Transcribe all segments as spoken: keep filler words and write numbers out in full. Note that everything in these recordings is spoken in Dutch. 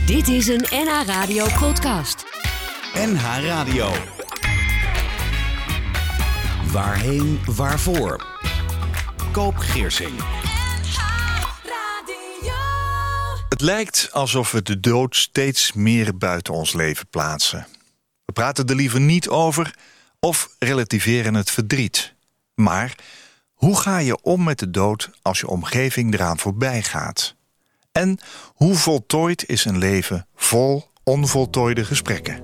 Dit is een N H Radio podcast. N H Radio. Waarheen, waarvoor? Koop Geersing. Het lijkt alsof we de dood steeds meer buiten ons leven plaatsen. We praten er liever niet over of relativeren het verdriet. Maar hoe ga je om met de dood als je omgeving eraan voorbij gaat? En hoe voltooid is een leven vol onvoltooide gesprekken?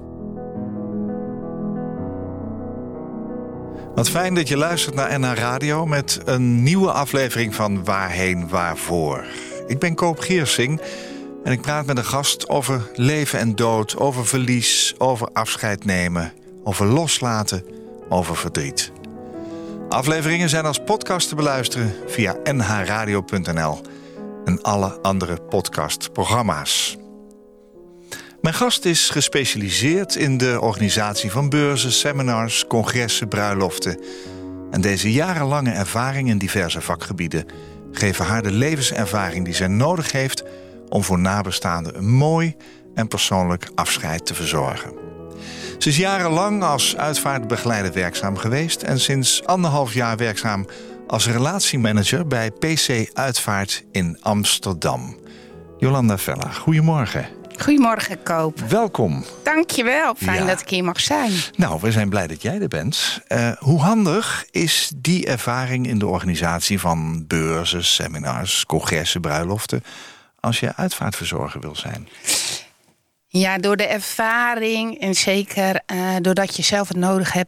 Wat fijn dat je luistert naar N H Radio met een nieuwe aflevering van Waarheen, waarvoor. Ik ben Koop Geersing en ik praat met een gast over leven en dood, over verlies, over afscheid nemen, over loslaten, over verdriet. Afleveringen zijn als podcast te beluisteren via n h radio punt n l en alle andere podcastprogramma's. Mijn gast is gespecialiseerd in de organisatie van beurzen, seminars, congressen, bruiloften. En deze jarenlange ervaring in diverse vakgebieden geven haar de levenservaring die zij nodig heeft om voor nabestaanden een mooi en persoonlijk afscheid te verzorgen. Ze is jarenlang als uitvaartbegeleider werkzaam geweest en sinds anderhalf jaar werkzaam als relatiemanager bij P C Uitvaart in Amsterdam. Jolanda Vella, goedemorgen. Goedemorgen, Koop. Welkom. Dankjewel, fijn Ja. dat ik hier mag zijn. Nou, we zijn blij dat jij er bent. Uh, hoe handig is die ervaring in de organisatie van beurzen, seminars, congressen, bruiloften als je uitvaartverzorger wil zijn? Ja, door de ervaring en zeker uh, doordat je zelf het nodig hebt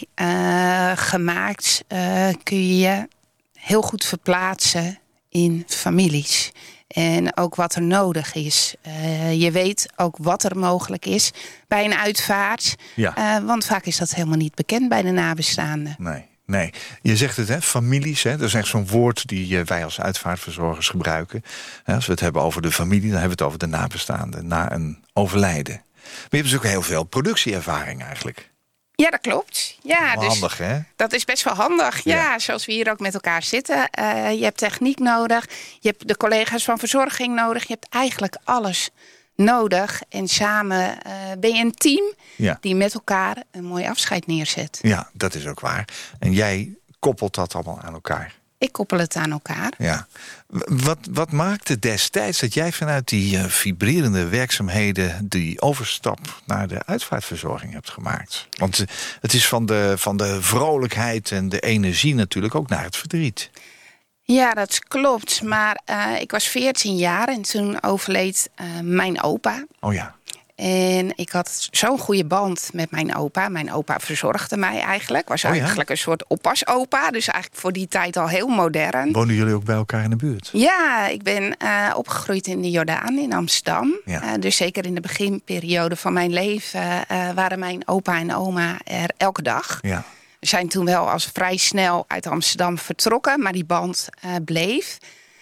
meegemaakt, uh, uh, kun je je heel goed verplaatsen in families. En ook wat er nodig is. Uh, je weet ook wat er mogelijk is bij een uitvaart. Ja. Uh, want vaak is dat helemaal niet bekend bij de nabestaanden. Nee, nee. Je zegt het, hè, families. Hè, dat is echt zo'n woord die wij als uitvaartverzorgers gebruiken. Als we het hebben over de familie, dan hebben we het over de nabestaanden na een overlijden. Maar je hebt dus ook heel veel productieervaring eigenlijk. Ja, dat klopt. Ja, Wel dus handig, hè? dat is best wel handig. Ja, Ja. zoals we hier ook met elkaar zitten. Uh, je hebt techniek nodig. Je hebt de collega's van verzorging nodig. Je hebt eigenlijk alles nodig. En samen uh, ben je een team Ja. die met elkaar een mooi afscheid neerzet. Ja, dat is ook waar. En jij koppelt dat allemaal aan elkaar. Ik koppel het aan elkaar. Ja. Wat, wat maakte destijds dat jij vanuit die uh, vibrerende werkzaamheden die overstap naar de uitvaartverzorging hebt gemaakt? Want uh, het is van de, van de vrolijkheid en de energie natuurlijk ook naar het verdriet. Ja, dat klopt. Maar uh, ik was veertien jaar en toen overleed uh, mijn opa. Oh ja. En ik had zo'n goede band met mijn opa. Mijn opa verzorgde mij eigenlijk. Was Oh ja? eigenlijk een soort oppasopa. Dus eigenlijk voor die tijd al heel modern. Woonden jullie ook bij elkaar in de buurt? Ja, ik ben uh, opgegroeid in de Jordaan in Amsterdam. Ja. Uh, dus zeker in de beginperiode van mijn leven uh, waren mijn opa en oma er elke dag. Ja. We zijn toen wel als vrij snel uit Amsterdam vertrokken, maar die band uh, bleef.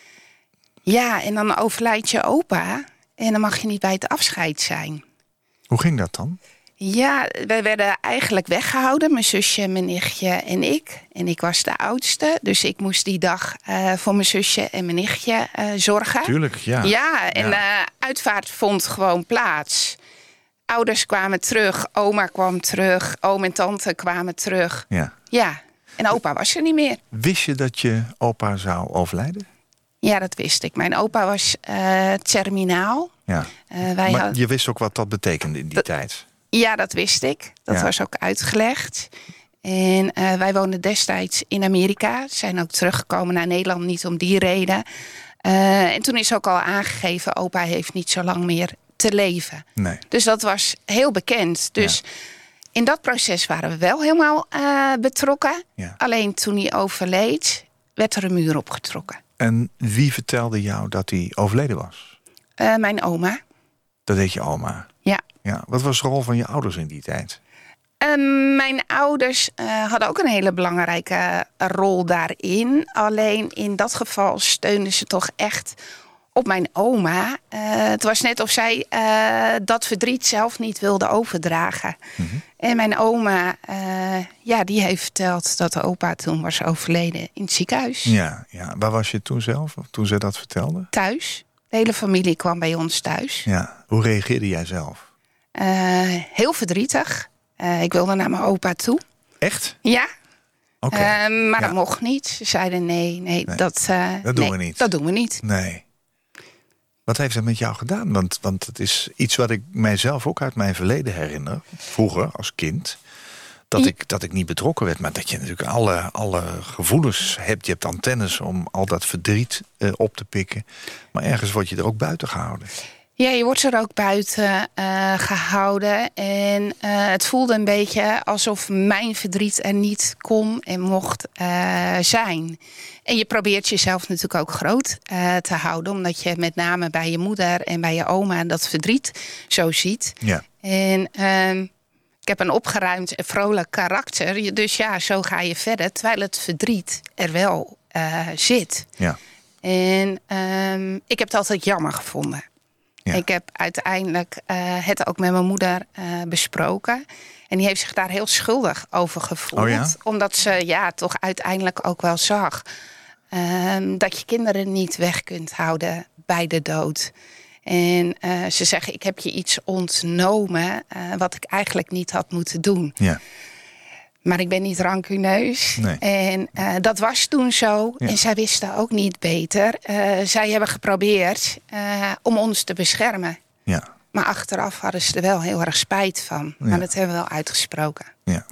Ja, en dan overlijdt je opa en dan mag je niet bij het afscheid zijn. Hoe ging dat dan? Ja, wij werden eigenlijk weggehouden. Mijn zusje, mijn nichtje en ik. En ik was de oudste. Dus ik moest die dag uh, voor mijn zusje en mijn nichtje uh, zorgen. Tuurlijk, ja. Ja, en Ja. Uh, uitvaart vond gewoon plaats. Ouders kwamen terug, oma kwam terug, oom en tante kwamen terug. Ja. Ja, en opa was er niet meer. Wist je dat je opa zou overlijden? Ja, dat wist ik. Mijn opa was uh, terminaal. Ja. Uh, wij Maar had... je wist ook wat dat betekende in die Dat- tijd? Ja, dat wist ik. Dat Ja. was ook uitgelegd. En uh, wij woonden destijds in Amerika. Zijn ook teruggekomen naar Nederland, niet om die reden. Uh, en toen is ook al aangegeven, opa heeft niet zo lang meer te leven. Nee. Dus dat was heel bekend. Dus Ja. in dat proces waren we wel helemaal uh, betrokken. Ja. Alleen toen hij overleed, werd er een muur opgetrokken. En wie vertelde jou dat hij overleden was? Uh, mijn oma. Dat deed je oma. Ja. Ja. Wat was de rol van je ouders in die tijd? Uh, mijn ouders uh, hadden ook een hele belangrijke rol daarin. Alleen in dat geval steunden ze toch echt op mijn oma. Uh, het was net of zij uh, dat verdriet zelf niet wilde overdragen. Mm-hmm. En mijn oma, uh, ja, die heeft verteld dat de opa toen was overleden in het ziekenhuis. Ja, ja. Waar was je toen zelf, toen ze dat vertelde? Thuis. De hele familie kwam bij ons thuis. Ja. Hoe reageerde jij zelf? Uh, heel verdrietig. Uh, ik wilde naar mijn opa toe. Echt? Ja. Oké. Okay. Uh, maar ja. dat mocht niet. Ze zeiden nee, nee, nee. Dat, uh, dat doen nee, we niet. Dat doen we niet. Nee. Wat heeft dat met jou gedaan? Want, want het is iets wat ik mijzelf ook uit mijn verleden herinner. Vroeger, als kind. Dat ik, dat ik niet betrokken werd. Maar dat je natuurlijk alle, alle gevoelens hebt. Je hebt antennes om al dat verdriet uh, op te pikken. Maar ergens word je er ook buiten gehouden. Ja, je wordt er ook buiten uh, gehouden. En uh, het voelde een beetje alsof mijn verdriet er niet kon en mocht uh, zijn. En je probeert jezelf natuurlijk ook groot uh, te houden. Omdat je met name bij je moeder en bij je oma dat verdriet zo ziet. Ja. En uh, ik heb een opgeruimd en vrolijk karakter. Dus ja, zo ga je verder. Terwijl het verdriet er wel uh, zit. Ja. En uh, ik heb het altijd jammer gevonden. Ja. Ik heb uiteindelijk uh, het ook met mijn moeder uh, besproken. En die heeft zich daar heel schuldig over gevoeld. Oh ja? Omdat ze ja, toch uiteindelijk ook wel zag uh, dat je kinderen niet weg kunt houden bij de dood. En uh, ze zeggen, ik heb je iets ontnomen uh, wat ik eigenlijk niet had moeten doen. Ja. Maar ik ben niet rancuneus. Nee. En uh, dat was toen zo. Ja. En zij wisten ook niet beter. Uh, zij hebben geprobeerd uh, om ons te beschermen. Ja. Maar achteraf hadden ze er wel heel erg spijt van. Ja. Maar dat hebben we wel uitgesproken. Ja.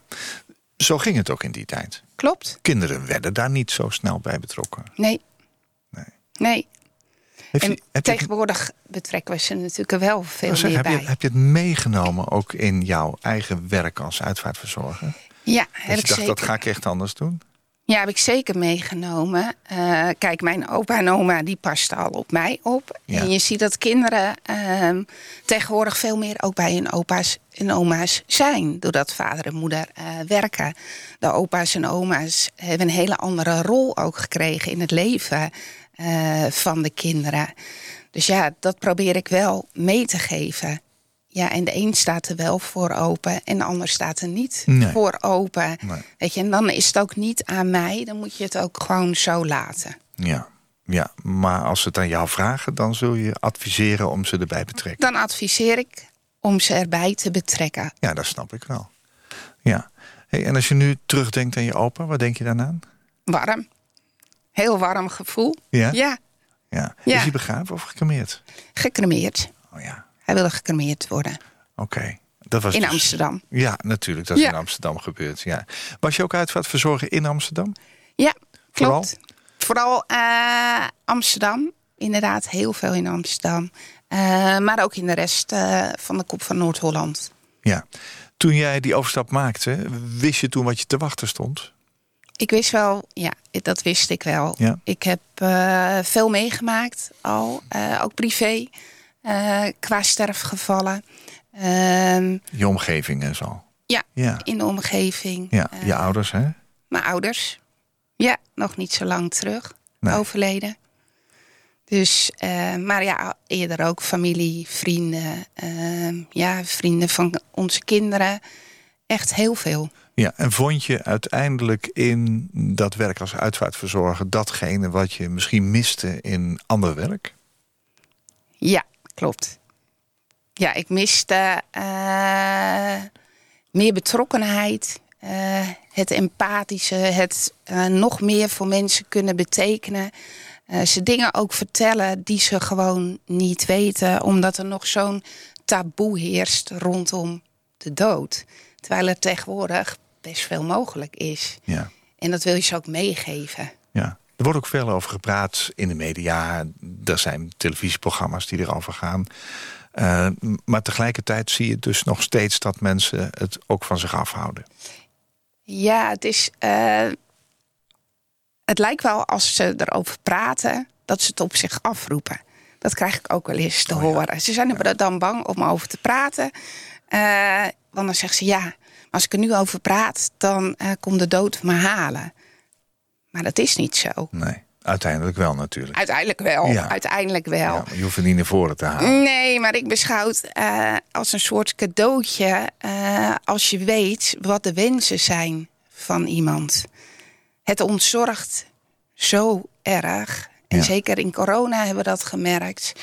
Zo ging het ook in die tijd. Klopt. Kinderen werden daar niet zo snel bij betrokken. Nee. Nee. Nee. Heb en je, heb tegenwoordig je, betrekken we ze natuurlijk er wel veel zeg, meer heb bij. Je, heb je het meegenomen ook in jouw eigen werk als uitvaartverzorger? Ja, dat heb je ik dacht, zeker. dat ga ik echt anders doen? Ja, heb ik zeker meegenomen. Uh, kijk, mijn opa en oma die pasten al op mij op. Ja. En je ziet dat kinderen uh, tegenwoordig veel meer ook bij hun opa's en oma's zijn. Doordat vader en moeder uh, werken. De opa's en oma's hebben een hele andere rol ook gekregen in het leven uh, van de kinderen. Dus ja, dat probeer ik wel mee te geven. Ja, en de een staat er wel voor open en de ander staat er niet nee. voor open. Nee. Weet je, en dan is het ook niet aan mij, dan moet je het ook gewoon zo laten. Ja, ja, maar als ze het aan jou vragen, dan zul je adviseren om ze erbij te betrekken. Dan adviseer ik om ze erbij te betrekken. Ja, dat snap ik wel. Ja. Hey, en als je nu terugdenkt aan je opa, wat denk je dan aan? Warm. Heel warm gevoel. Ja? Ja. Ja. Ja. Is hij begraven of gecremeerd? Gecremeerd. Oh ja. Hij wilde gecremeerd worden. Oké. Okay. Dat was in dus... Amsterdam. Ja, natuurlijk. Dat is ja. in Amsterdam gebeurd. Ja. Was je ook uitvaartverzorger in Amsterdam? Ja, Vooral? klopt. Vooral uh, Amsterdam. Inderdaad, heel veel in Amsterdam. Uh, maar ook in de rest uh, van de Kop van Noord-Holland. Ja. Toen jij die overstap maakte, wist je toen wat je te wachten stond? Ik wist wel, ja, dat wist ik wel. Ja. Ik heb uh, veel meegemaakt al, uh, ook privé, uh, qua sterfgevallen. Uh, je omgeving en zo? Ja, ja, in de omgeving. Ja, je uh, ouders, hè? Mijn ouders. Ja, nog niet zo lang terug. Nee. Overleden. Dus, uh, maar ja, eerder ook familie, vrienden. Uh, ja, vrienden van onze kinderen. Echt heel veel. Ja, en vond je uiteindelijk in dat werk als uitvaartverzorger datgene wat je misschien miste in ander werk? Ja, klopt. Ja, ik miste uh, meer betrokkenheid. Uh, het empathische, het uh, nog meer voor mensen kunnen betekenen. Uh, ze dingen ook vertellen die ze gewoon niet weten. Omdat er nog zo'n taboe heerst rondom de dood. Terwijl er tegenwoordig best veel mogelijk is. Ja. En dat wil je ze ook meegeven. Ja. Er wordt ook veel over gepraat in de media. Er zijn televisieprogramma's die erover gaan. Uh, maar tegelijkertijd zie je dus nog steeds dat mensen het ook van zich afhouden. Ja, het is... Uh, het lijkt wel als ze erover praten, dat ze het op zich afroepen. Dat krijg ik ook wel eens te oh, horen. Ja. Ze zijn er ja. dan bang om over te praten. Uh, want dan zeggen ze, ja, maar als ik er nu over praat, dan uh, komt de dood me halen. Maar dat is niet zo. Nee, uiteindelijk wel natuurlijk. Uiteindelijk wel, ja. uiteindelijk wel. Ja, je hoeft het niet naar voren te halen. Nee, maar ik beschouw het uh, als een soort cadeautje uh, als je weet wat de wensen zijn van iemand. Het ontzorgt zo erg En Ja. zeker in corona hebben we dat gemerkt.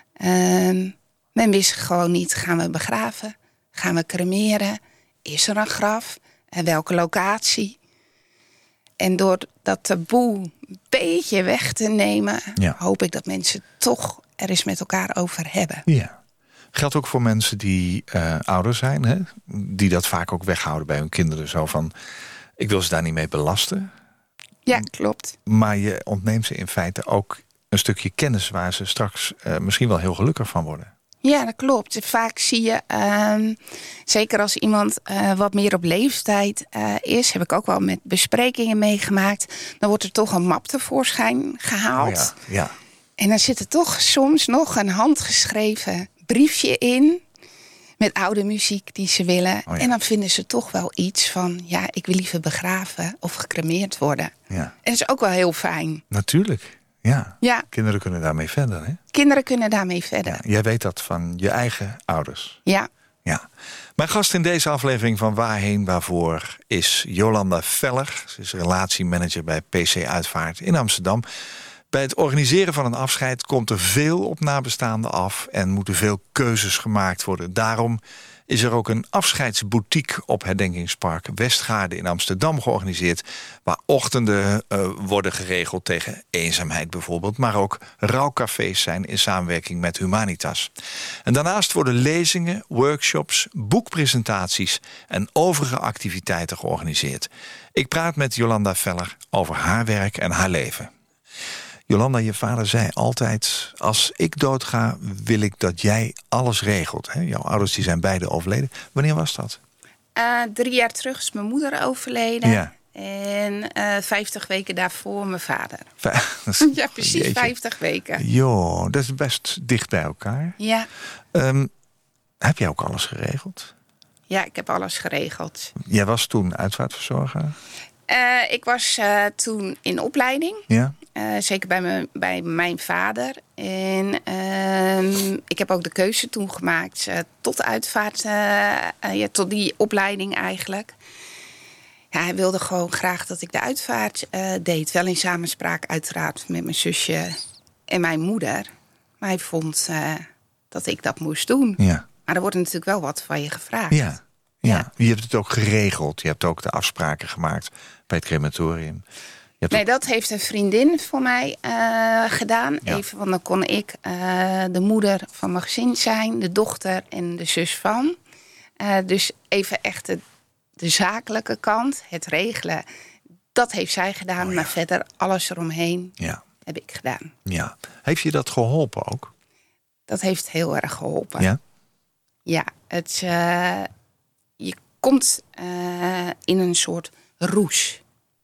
Um, men wist gewoon niet, gaan we begraven? Gaan we cremeren? Is er een graf? En welke locatie? En door dat taboe een beetje weg te nemen... Ja. hoop ik dat mensen toch er eens met elkaar over hebben. Ja. Geldt ook voor mensen die uh, ouder zijn, hè? Die dat vaak ook weghouden bij hun kinderen. Zo van, ik wil ze daar niet mee belasten. Ja, klopt. Maar je ontneemt ze in feite ook een stukje kennis... waar ze straks uh, misschien wel heel gelukkig van worden. Ja, dat klopt. Vaak zie je, um, zeker als iemand uh, wat meer op leeftijd uh, is... heb ik ook wel met besprekingen meegemaakt... dan wordt er toch een map tevoorschijn gehaald. Oh ja, ja. En dan zit er toch soms nog een handgeschreven briefje in... met oude muziek die ze willen. Oh ja. En dan vinden ze toch wel iets van... ja, ik wil liever begraven of gecremeerd worden. Ja. En dat is ook wel heel fijn. Natuurlijk, ja. Ja. Kinderen kunnen daarmee verder, hè? Kinderen kunnen daarmee verder. Ja, jij weet dat van je eigen ouders. Ja. Ja. Mijn gast in deze aflevering van Waarheen Waarvoor is Jolanda Veller. Ze is relatiemanager bij P C Uitvaart in Amsterdam. Bij het organiseren van een afscheid komt er veel op nabestaanden af... en moeten veel keuzes gemaakt worden. Daarom is er ook een afscheidsboutique op Herdenkingspark Westgaarde in Amsterdam georganiseerd... waar ochtenden uh, worden geregeld tegen eenzaamheid bijvoorbeeld... maar ook rouwcafés zijn in samenwerking met Humanitas. En daarnaast worden lezingen, workshops, boekpresentaties... en overige activiteiten georganiseerd. Ik praat met Jolanda Veller over haar werk en haar leven. Jolanda, je vader zei altijd... als ik doodga, wil ik dat jij alles regelt. Hè? Jouw ouders die zijn beide overleden. Wanneer was dat? Uh, drie jaar terug is mijn moeder overleden. Ja. En uh, vijftig weken daarvoor mijn vader. Vijf, ja, precies, jeetje. vijftig weken. Jo, dat is best dicht bij elkaar. Ja. Um, heb jij ook alles geregeld? Ja, ik heb alles geregeld. Jij was toen uitvaartverzorger? Uh, ik was uh, toen in opleiding. Ja. Uh, zeker bij, me, bij mijn vader. En uh, ik heb ook de keuze toen gemaakt uh, tot uitvaart. Uh, uh, ja, tot die opleiding eigenlijk. Ja, hij wilde gewoon graag dat ik de uitvaart uh, deed. Wel in samenspraak uiteraard met mijn zusje en mijn moeder. Maar hij vond uh, dat ik dat moest doen. Ja. Maar er wordt natuurlijk wel wat van je gevraagd. Ja. Ja. Ja. Je hebt het ook geregeld. Je hebt ook de afspraken gemaakt bij het crematorium. Je hebt Nee, ook... dat heeft een vriendin voor mij uh, gedaan. Ja. Even, want dan kon ik uh, de moeder van mijn gezin zijn, de dochter en de zus van. Uh, dus even echt de, de zakelijke kant, het regelen, dat heeft zij gedaan. Oh ja. Maar verder alles eromheen Ja. heb ik gedaan. Ja. Heeft je dat geholpen ook? Dat heeft heel erg geholpen. Ja. Ja, het, uh, je komt uh, in een soort roes.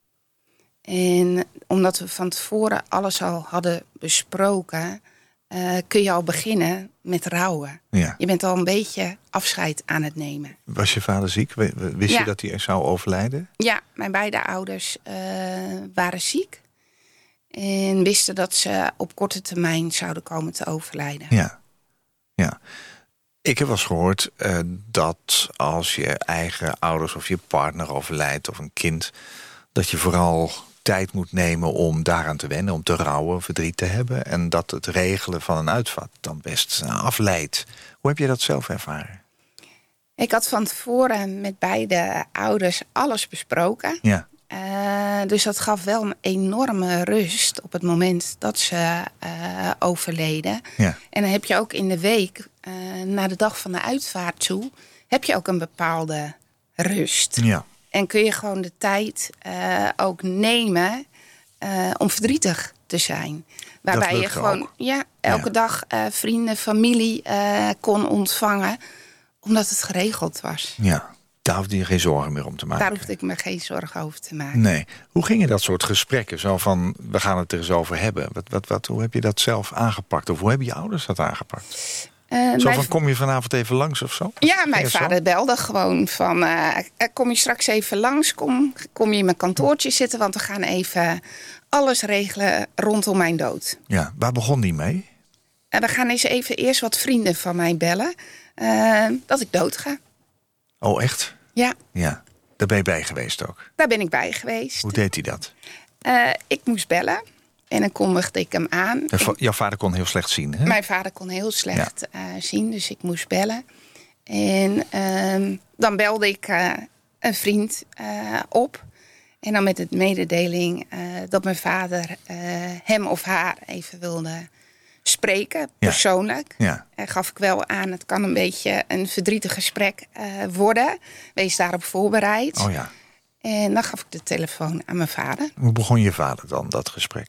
En omdat we van tevoren alles al hadden besproken, uh, kun je al beginnen met rouwen. Ja. Je bent al een beetje afscheid aan het nemen. Was je vader ziek? Wist Ja. je dat hij zou overlijden? Ja, mijn beide ouders uh, waren ziek. En wisten dat ze op korte termijn zouden komen te overlijden. Ja. Ja. Ik heb wel eens gehoord uh, dat als je eigen ouders of je partner overlijdt of een kind, dat je vooral tijd moet nemen om daaraan te wennen, om te rouwen, verdriet te hebben. En dat het regelen van een uitvaart dan best afleidt. Hoe heb je dat zelf ervaren? Ik had van tevoren met beide ouders alles besproken. Ja. Uh, dus dat gaf wel een enorme rust op het moment dat ze uh, overleden. Ja. En dan heb je ook in de week, uh, na de dag van de uitvaart toe, heb je ook een bepaalde rust. Ja. En kun je gewoon de tijd uh, ook nemen uh, om verdrietig te zijn. Waarbij lukt je gewoon ook. ja, elke Ja. dag uh, vrienden, familie uh, kon ontvangen. Omdat het geregeld was. Ja. Daar hoefde je geen zorgen meer om te maken. Daar hoefde ik me geen zorgen over te maken. Nee. Hoe gingen dat soort gesprekken? Zo van, we gaan het er eens over hebben. Wat, wat, wat, hoe heb je dat zelf aangepakt? Of hoe hebben je ouders dat aangepakt? Uh, Zo mijn van, kom je vanavond even langs of zo? Ja, Ging mijn het zo? vader belde gewoon van, uh, kom je straks even langs, kom, kom je in mijn kantoortje zitten, want we gaan even alles regelen rondom mijn dood. Ja, waar begon die mee? En we gaan eens even eerst wat vrienden van mij bellen, uh, dat ik dood ga. Oh, echt? Ja, Ja, daar ben je bij geweest ook. daar ben ik bij geweest. Hoe deed hij dat? Uh, ik moest bellen En dan kondigde ik hem aan. En va- jouw vader kon heel slecht zien, hè? Mijn vader kon heel slecht ja. uh, zien, dus ik moest bellen. En uh, dan belde ik uh, een vriend uh, op. En dan met het mededeling uh, dat mijn vader uh, hem of haar even wilde spreken, persoonlijk. Ja. Ja. Uh, gaf ik wel aan, het kan een beetje een verdrietig gesprek uh, worden. Wees daarop voorbereid. Oh ja. En dan gaf ik de telefoon aan mijn vader. Hoe begon je vader dan, dat gesprek?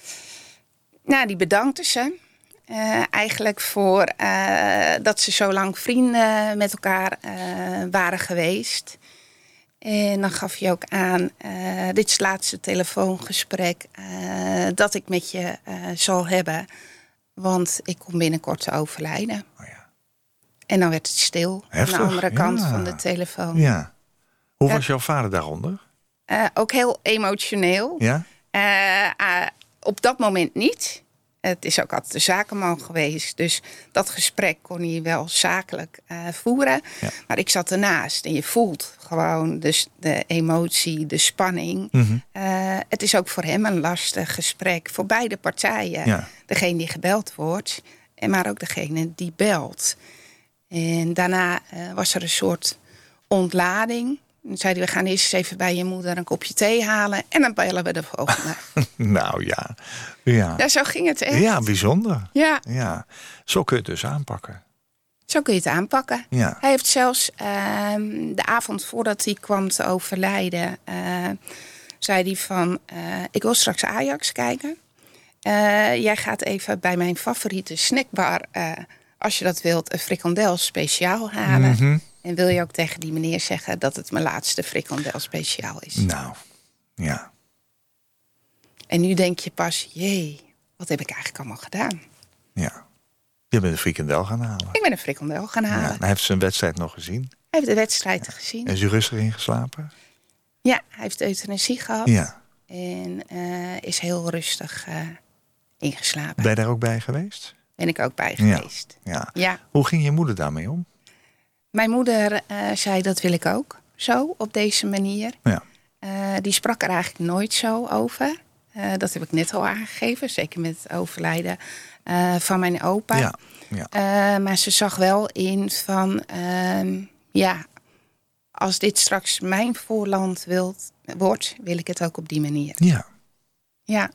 Nou, die bedankte ze. Uh, eigenlijk voor uh, dat ze zo lang vrienden met elkaar uh, waren geweest. En dan gaf hij ook aan, uh, dit is het laatste telefoongesprek uh, dat ik met je uh, zal hebben. Want ik kom binnenkort te overlijden. Oh ja. En dan werd het stil Heftig, aan de andere kant ja. van de telefoon. Ja. Hoe Ja. was jouw vader daaronder? Uh, ook heel emotioneel. Ja? Uh, uh, op dat moment niet. Het is ook altijd een zakenman geweest. Dus dat gesprek kon hij wel zakelijk uh, voeren. Ja. Maar ik zat ernaast. En je voelt gewoon dus de emotie, de spanning. Mm-hmm. Uh, het is ook voor hem een lastig gesprek. Voor beide partijen. Ja. Degene die gebeld wordt. En maar ook degene die belt. En daarna uh, was er een soort ontlading. Dan zei hij, we gaan eerst eens even bij je moeder een kopje thee halen. En dan bellen we de volgende. Nou ja. Ja. Ja, zo ging het echt. Ja, bijzonder. Ja, Ja. Zo kun je het dus aanpakken. zo kun je het aanpakken. Ja. Hij heeft zelfs uh, de avond voordat hij kwam te overlijden... Uh, zei hij van, uh, ik wil straks Ajax kijken. Uh, jij gaat even bij mijn favoriete snackbar... Uh, als je dat wilt, een frikandel speciaal halen. Mm-hmm. En wil je ook tegen die meneer zeggen dat het mijn laatste frikandel speciaal is. Nou, ja. En nu denk je pas, jee, wat heb ik eigenlijk allemaal gedaan? Ja. Je bent een frikandel gaan halen. Ik ben een frikandel gaan halen. Ja, dan heeft ze een wedstrijd nog gezien. Hij heeft de wedstrijd ja. gezien. Is u rustig ingeslapen? Ja, hij heeft euthanasie gehad. Ja. En uh, is heel rustig uh, ingeslapen. Ben je daar ook bij geweest? Ben ik ook bij geweest. Ja. Ja. Ja. Hoe ging je moeder daarmee om? Mijn moeder uh, zei, dat wil ik ook. Zo, op deze manier. Ja. Uh, die sprak er eigenlijk nooit zo over. Uh, dat heb ik net al aangegeven. Zeker met het overlijden uh, van mijn opa. Ja. Ja. Uh, maar ze zag wel in van... Uh, ja, als dit straks mijn voorland wilt, wordt... wil ik het ook op die manier. Ja. Ja.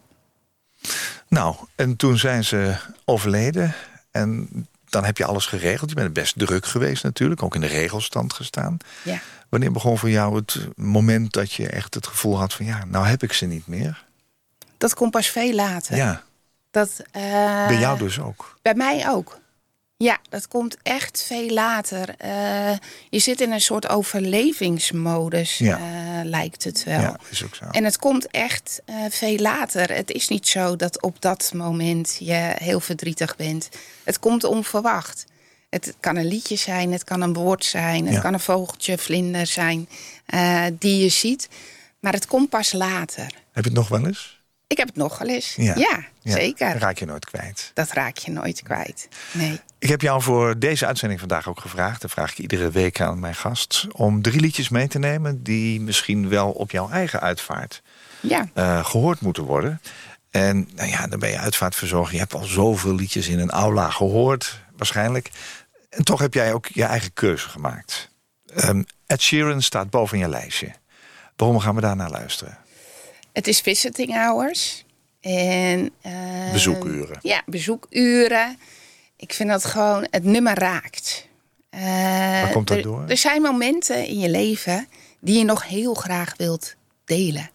Nou, en toen zijn ze overleden. En dan heb je alles geregeld. Je bent best druk geweest natuurlijk. Ook in de regelstand gestaan. Ja. Wanneer begon voor jou het moment dat je echt het gevoel had van... ja, nou heb ik ze niet meer? Dat komt pas veel later. Ja. Dat, uh, bij jou dus ook? Bij mij ook. Ja, dat komt echt veel later. Uh, je zit in een soort overlevingsmodus, ja. uh, lijkt het wel. Ja, is ook zo. En het komt echt uh, veel later. Het is niet zo dat op dat moment je heel verdrietig bent. Het komt onverwacht. Het kan een liedje zijn, het kan een woord zijn... het ja. kan een vogeltje, vlinder zijn uh, die je ziet. Maar het komt pas later. Heb je het nog wel eens? Ik heb het nog wel eens. Ja, ja, ja. zeker. Dat raak je nooit kwijt. Dat raak je nooit kwijt, nee. Ik heb jou voor deze uitzending vandaag ook gevraagd... dat vraag ik iedere week aan mijn gast... om drie liedjes mee te nemen... die misschien wel op jouw eigen uitvaart ja. uh, gehoord moeten worden. En nou ja, dan ben je uitvaartverzorger. Je hebt al zoveel liedjes in een aula gehoord, waarschijnlijk. En toch heb jij ook je eigen keuze gemaakt. Um, Ed Sheeran staat boven je lijstje. Waarom gaan we daar naar luisteren? Het is visiting hours. En, uh, bezoekuren. Ja, bezoekuren. Ik vind dat gewoon, het nummer raakt. Uh, Waar komt dat er, door? Er zijn momenten in je leven die je nog heel graag wilt delen.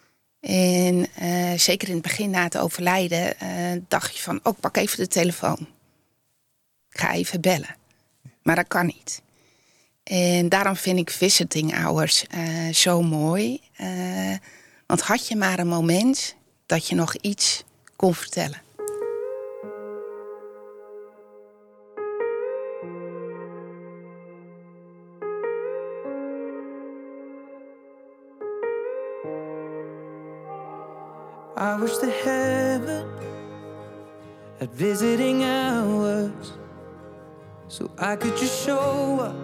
En uh, zeker in het begin na het overlijden uh, dacht je van, oh, pak even de telefoon. Ik ga even bellen. Maar dat kan niet. En daarom vind ik visiting hours uh, zo mooi. Uh, want had je maar een moment dat je nog iets kon vertellen. I wish to heaven at visiting hours, so I could just show up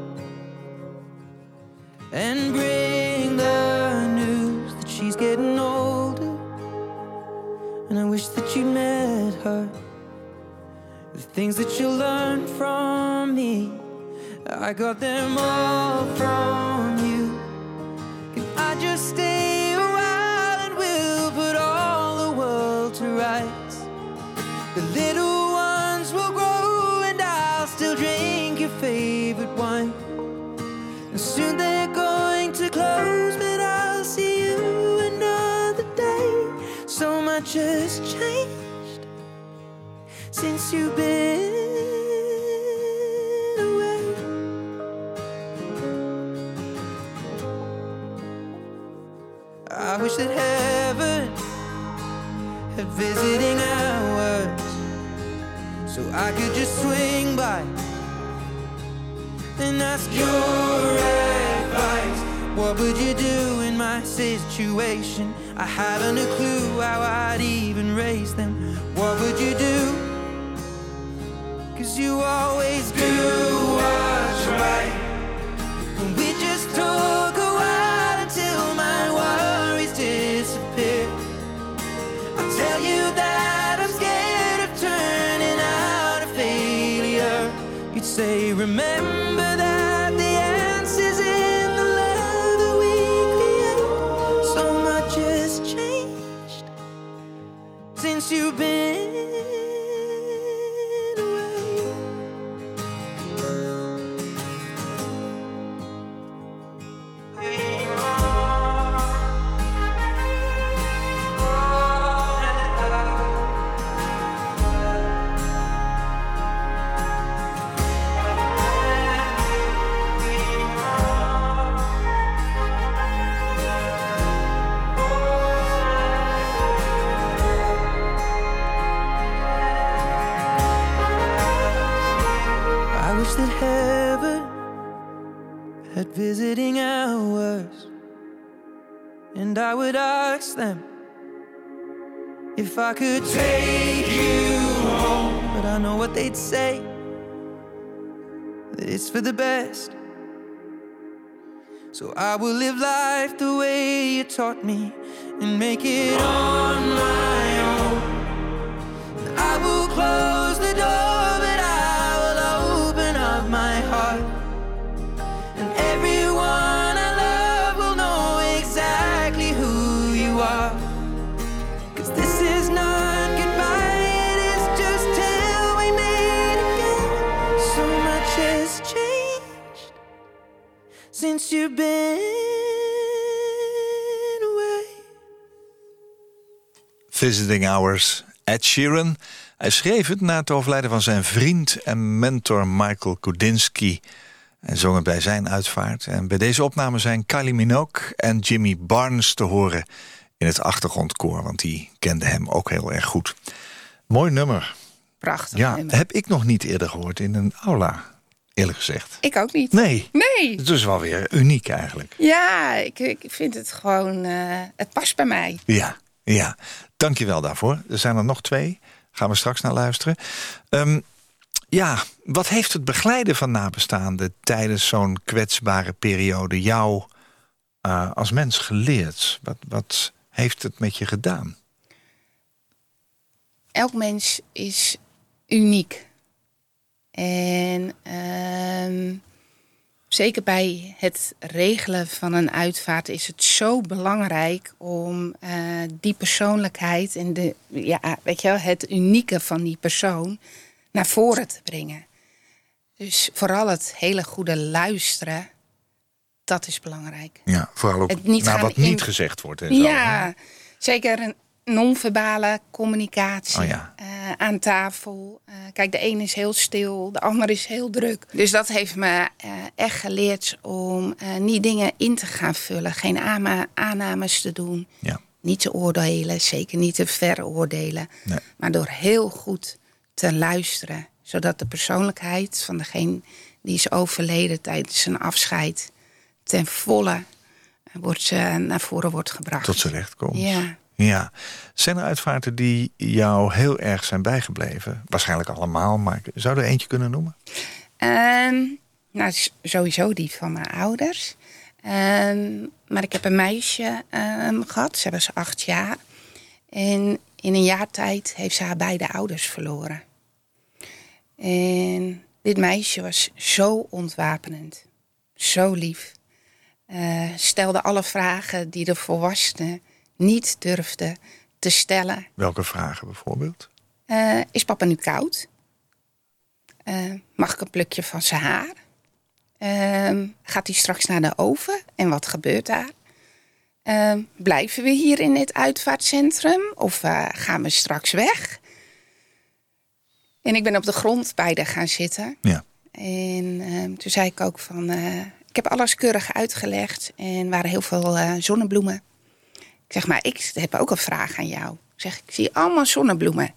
and bring the news that she's getting older, and I wish that you met her. The things that you learned from me, I got them all from you. Can I just stay a while and we'll put all the world to rights? The little ones will grow and I'll still drink your favorite wine. And soon they're going to close, but I'll see you another day. So much has changed since you've been away. I wish that heaven had visiting hours, so I could just swing by and ask your advice. What would you do in my situation? I haven't a clue how I'd even raise them. What would you do? 'Cause you always do what's right. And we just talk a while until my worries disappear. I'll tell you that I'm scared of turning out a failure. You'd say, remember that the answer's in the love that we create. So much has changed since you've been away. I wish that heaven had visiting hours, and I would ask them if I could take you home. But I know what they'd say, that it's for the best. So I will live life the way you taught me and make it on my own. I will close the door, but I will open up my heart. And everyone I love will know exactly who you are. 'Cause this is not goodbye, it is just till we meet again. So much has changed since you've been away. Visiting Hours, Ed Sheeran. Hij schreef het na het overlijden van zijn vriend en mentor Michael Gudinski. En zong het bij zijn uitvaart. En bij deze opname zijn Kylie Minogue en Jimmy Barnes te horen in het achtergrondkoor. Want die kende hem ook heel erg goed. Mooi nummer. Prachtig Ja, nummer. heb ik nog niet eerder gehoord in een aula, eerlijk gezegd. Ik ook niet. Nee, Nee. het is wel weer uniek eigenlijk. Ja, ik, ik vind het gewoon... eh, het past bij mij. Ja, ja. Dank je wel daarvoor. Er zijn er nog twee. Gaan we straks naar luisteren. Um, ja, wat heeft het begeleiden van nabestaanden tijdens zo'n kwetsbare periode jou uh, als mens geleerd? Wat, wat heeft het met je gedaan? Elk mens is uniek. En uh, zeker bij het regelen van een uitvaart is het zo belangrijk om uh, die persoonlijkheid en de, ja, weet je wel, het unieke van die persoon naar voren te brengen. Dus vooral het hele goede luisteren, dat is belangrijk. Ja, vooral ook Het niet naar gaan wat niet in- gezegd wordt. En zo, Ja, hè? zeker een non-verbale communicatie Oh ja. uh, aan tafel. Uh, kijk, de een is heel stil, de ander is heel druk. Dus dat heeft me uh, echt geleerd om uh, niet dingen in te gaan vullen. Geen aana- aannames te doen. Ja. Niet te oordelen, zeker niet te veroordelen. Nee. Maar door heel goed te luisteren. Zodat de persoonlijkheid van degene die is overleden tijdens zijn afscheid ten volle uh, wordt, uh, naar voren wordt gebracht. Tot z'n recht komt. Ja. Ja. Zijn er uitvaarten die jou heel erg zijn bijgebleven? Waarschijnlijk allemaal, maar zou er eentje kunnen noemen? Um, nou, s- sowieso die van mijn ouders. Um, maar ik heb een meisje um, gehad. Ze was acht jaar. En in een jaar tijd heeft ze haar beide ouders verloren. En dit meisje was zo ontwapenend. Zo lief. Uh, stelde alle vragen die de volwassenen niet durfden te stellen. Welke vragen bijvoorbeeld? Uh, is papa nu koud? Uh, mag ik een plukje van zijn haar? Uh, gaat hij straks naar de oven? En wat gebeurt daar? Uh, blijven we hier in dit uitvaartcentrum? Of uh, gaan we straks weg? En ik ben op de grond bij haar gaan zitten. Ja. En uh, toen zei ik ook van... Uh, ik heb alles keurig uitgelegd. En er waren heel veel uh, zonnebloemen. Ik zeg, maar ik heb ook een vraag aan jou. Ik zeg, ik zie allemaal zonnebloemen.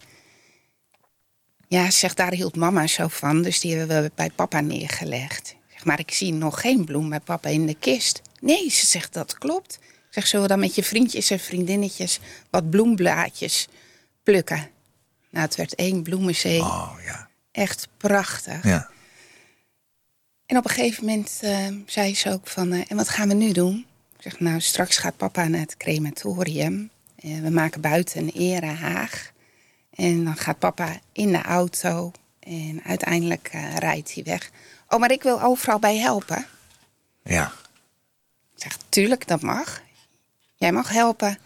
Ja, ze zegt, daar hield mama zo van. Dus die hebben we bij papa neergelegd. Ik zeg, maar ik zie nog geen bloem bij papa in de kist. Nee, ze zegt, dat klopt. Ik zeg, zullen we dan met je vriendjes en vriendinnetjes wat bloemblaadjes plukken? Nou, het werd één bloemenzee. Oh, ja. Echt prachtig. Ja. En op een gegeven moment uh, zei ze ook van, uh, en wat gaan we nu doen? Ik zeg, nou, straks gaat papa naar het crematorium. Uh, we maken buiten een erehaag. En dan gaat papa in de auto. En uiteindelijk uh, rijdt hij weg. Oh, maar ik wil overal bij helpen. Ja. Ik zeg, tuurlijk, dat mag. Jij mag helpen.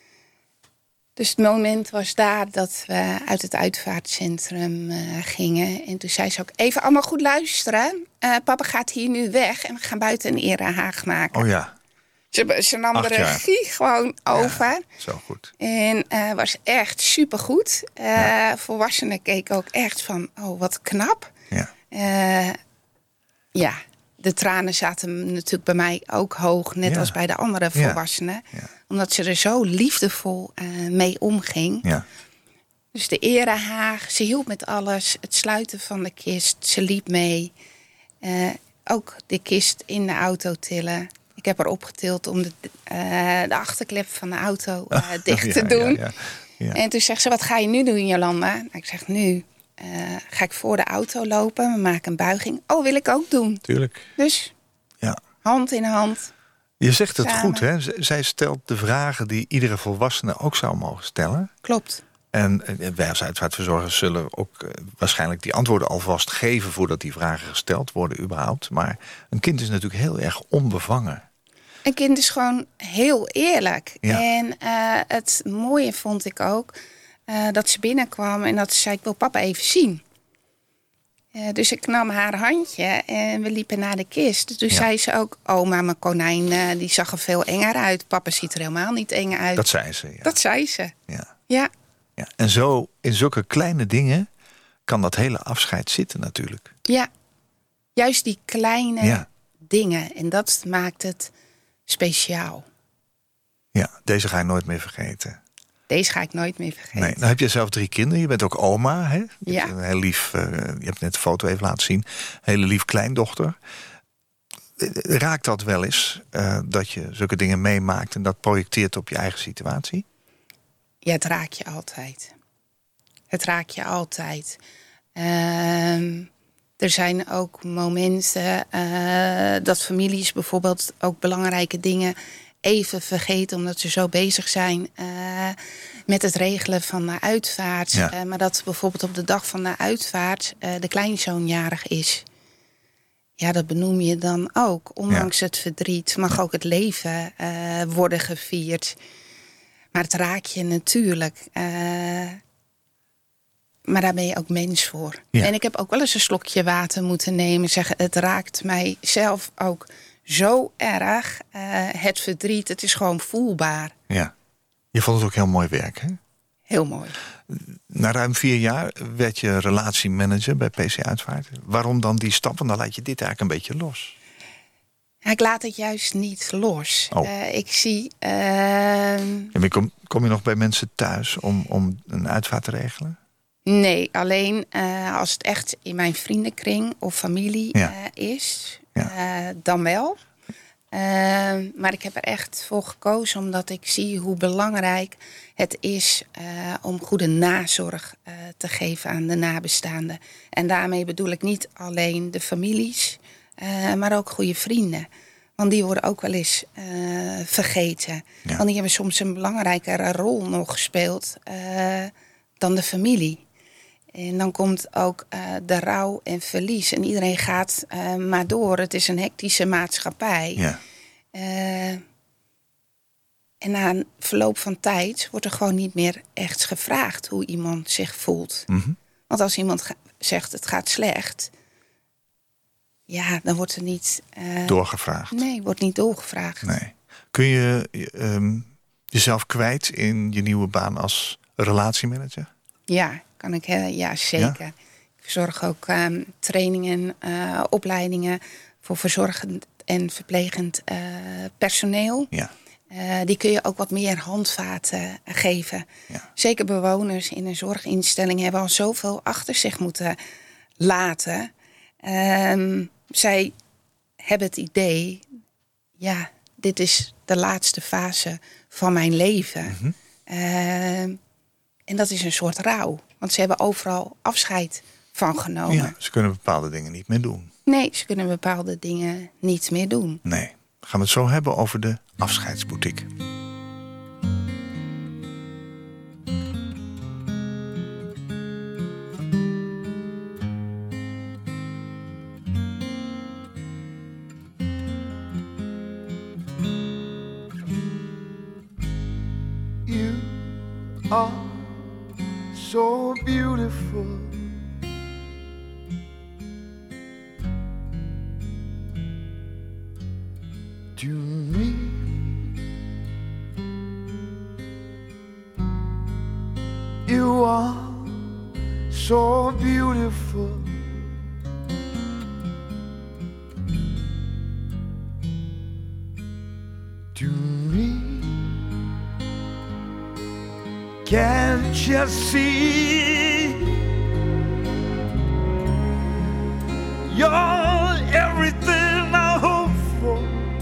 Dus het moment was daar dat we uit het uitvaartcentrum uh, gingen. En toen zei ze ook, even allemaal goed luisteren. Uh, papa gaat hier nu weg en we gaan buiten een erehaag maken. Oh ja. Ze, ze nam Acht de jaar. regie gewoon over. Ja, zo goed. En uh, was echt supergoed. Uh, Ja. Volwassenen keken ook echt van, oh, wat knap. Ja. Uh, ja, de tranen zaten natuurlijk bij mij ook hoog. Net Ja. als bij de andere Ja. volwassenen. Ja. Omdat ze er zo liefdevol uh, mee omging. Ja. Dus de erehaag, ze hielp met alles. Het sluiten van de kist, ze liep mee. Uh, ook de kist in de auto tillen. Ik heb haar opgetild om de, uh, de achterklep van de auto uh, dicht Ja, te doen. Ja, ja, ja. En toen zegt ze, wat ga je nu doen, Jolanda? Nou, ik zeg, nu uh, ga ik voor de auto lopen. We maken een buiging. Oh, wil ik ook doen. Tuurlijk. Dus Ja. hand in hand. Je zegt het Samen. goed, hè? Z- Zij stelt de vragen die iedere volwassene ook zou mogen stellen. Klopt. En eh, wij als uitvaartverzorgers zullen ook eh, waarschijnlijk die antwoorden alvast geven voordat die vragen gesteld worden überhaupt. Maar een kind is natuurlijk heel erg onbevangen. Een kind is gewoon heel eerlijk. Ja. En uh, het mooie vond ik ook uh, dat ze binnenkwam en dat ze zei, ik wil papa even zien. Uh, dus ik nam haar handje en we liepen naar de kist. Dus Ja. zei ze ook, oh, maar mijn konijn uh, die zag er veel enger uit. Papa ziet er helemaal niet eng uit. Dat zei ze. Ja. Dat zei ze. Ja. Ja. Ja. En zo, in zulke kleine dingen kan dat hele afscheid zitten natuurlijk. Ja. Juist die kleine Ja. dingen. En dat maakt het speciaal. Ja, deze ga je nooit meer vergeten. Deze ga ik nooit meer vergeten. Nee, nou heb je zelf drie kinderen. Je bent ook oma, hè? Je Ja. hebt een heel lief, uh, je hebt net de foto even laten zien. Hele lief kleindochter. Raakt dat wel eens, uh, dat je zulke dingen meemaakt en dat projecteert op je eigen situatie? Ja, het raakt je altijd. Het raakt je altijd. Uh, er zijn ook momenten uh, dat families bijvoorbeeld ook belangrijke dingen even vergeten, omdat ze zo bezig zijn uh, met het regelen van de uitvaart. Ja. Uh, maar dat bijvoorbeeld op de dag van de uitvaart uh, de kleinzoon jarig is. Ja, dat benoem je dan ook. Ondanks Ja. het verdriet mag ook het leven uh, worden gevierd. Maar het raakt je natuurlijk. Uh, maar daar ben je ook mens voor. Ja. En ik heb ook wel eens een slokje water moeten nemen. Zeggen, het raakt mij zelf ook zo erg. Uh, het verdriet, het is gewoon voelbaar. Ja. Je vond het ook heel mooi werk, hè? Heel mooi. Na ruim vier jaar werd je relatiemanager bij P C Uitvaart. Waarom dan die stap? Want dan laat je dit eigenlijk een beetje los. Ik laat het juist niet los. Oh. Uh, ik zie... Uh, Ja, maar kom, kom je nog bij mensen thuis om, om een uitvaart te regelen? Nee, alleen uh, als het echt in mijn vriendenkring of familie Ja. uh, is, Ja. uh, dan wel. Uh, maar ik heb er echt voor gekozen omdat ik zie hoe belangrijk het is uh, om goede nazorg uh, te geven aan de nabestaanden. En daarmee bedoel ik niet alleen de families, uh, maar ook goede vrienden. Want die worden ook wel eens uh, vergeten. Ja. Want die hebben soms een belangrijkere rol nog gespeeld uh, dan de familie. En dan komt ook uh, de rouw en verlies. En iedereen gaat uh, maar door. Het is een hectische maatschappij. Ja. Uh, en na een verloop van tijd wordt er gewoon niet meer echt gevraagd hoe iemand zich voelt. Mm-hmm. Want als iemand ga- zegt het gaat slecht, ja, dan wordt er niet uh, Doorgevraagd. Nee, wordt niet doorgevraagd. Nee. Kun je um, jezelf kwijt in je nieuwe baan als relatiemanager? Ja, kan ik, hè? Ja, zeker. Ja? Ik verzorg ook um, trainingen, uh, opleidingen voor verzorgend en verplegend uh, personeel. Ja. Uh, die kun je ook wat meer handvaten uh, geven. Ja. Zeker bewoners in een zorginstelling hebben al zoveel achter zich moeten laten. Um, zij hebben het idee, ja, dit is de laatste fase van mijn leven. Mm-hmm. Uh, en dat is een soort rouw. Want ze hebben overal afscheid van genomen. Ja, ze kunnen bepaalde dingen niet meer doen. Nee, ze kunnen bepaalde dingen niet meer doen. Nee. Gaan we het zo hebben over de afscheidsboutique. You are so beautiful. To me, you are so beautiful. To me, can't you see? You're everything I hope for.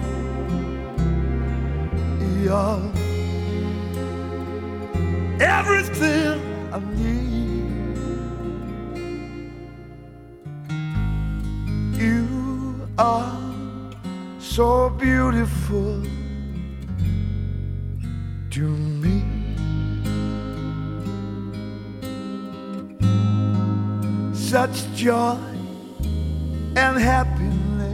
You're everything I need. You are so beautiful to me. Such joy and happiness.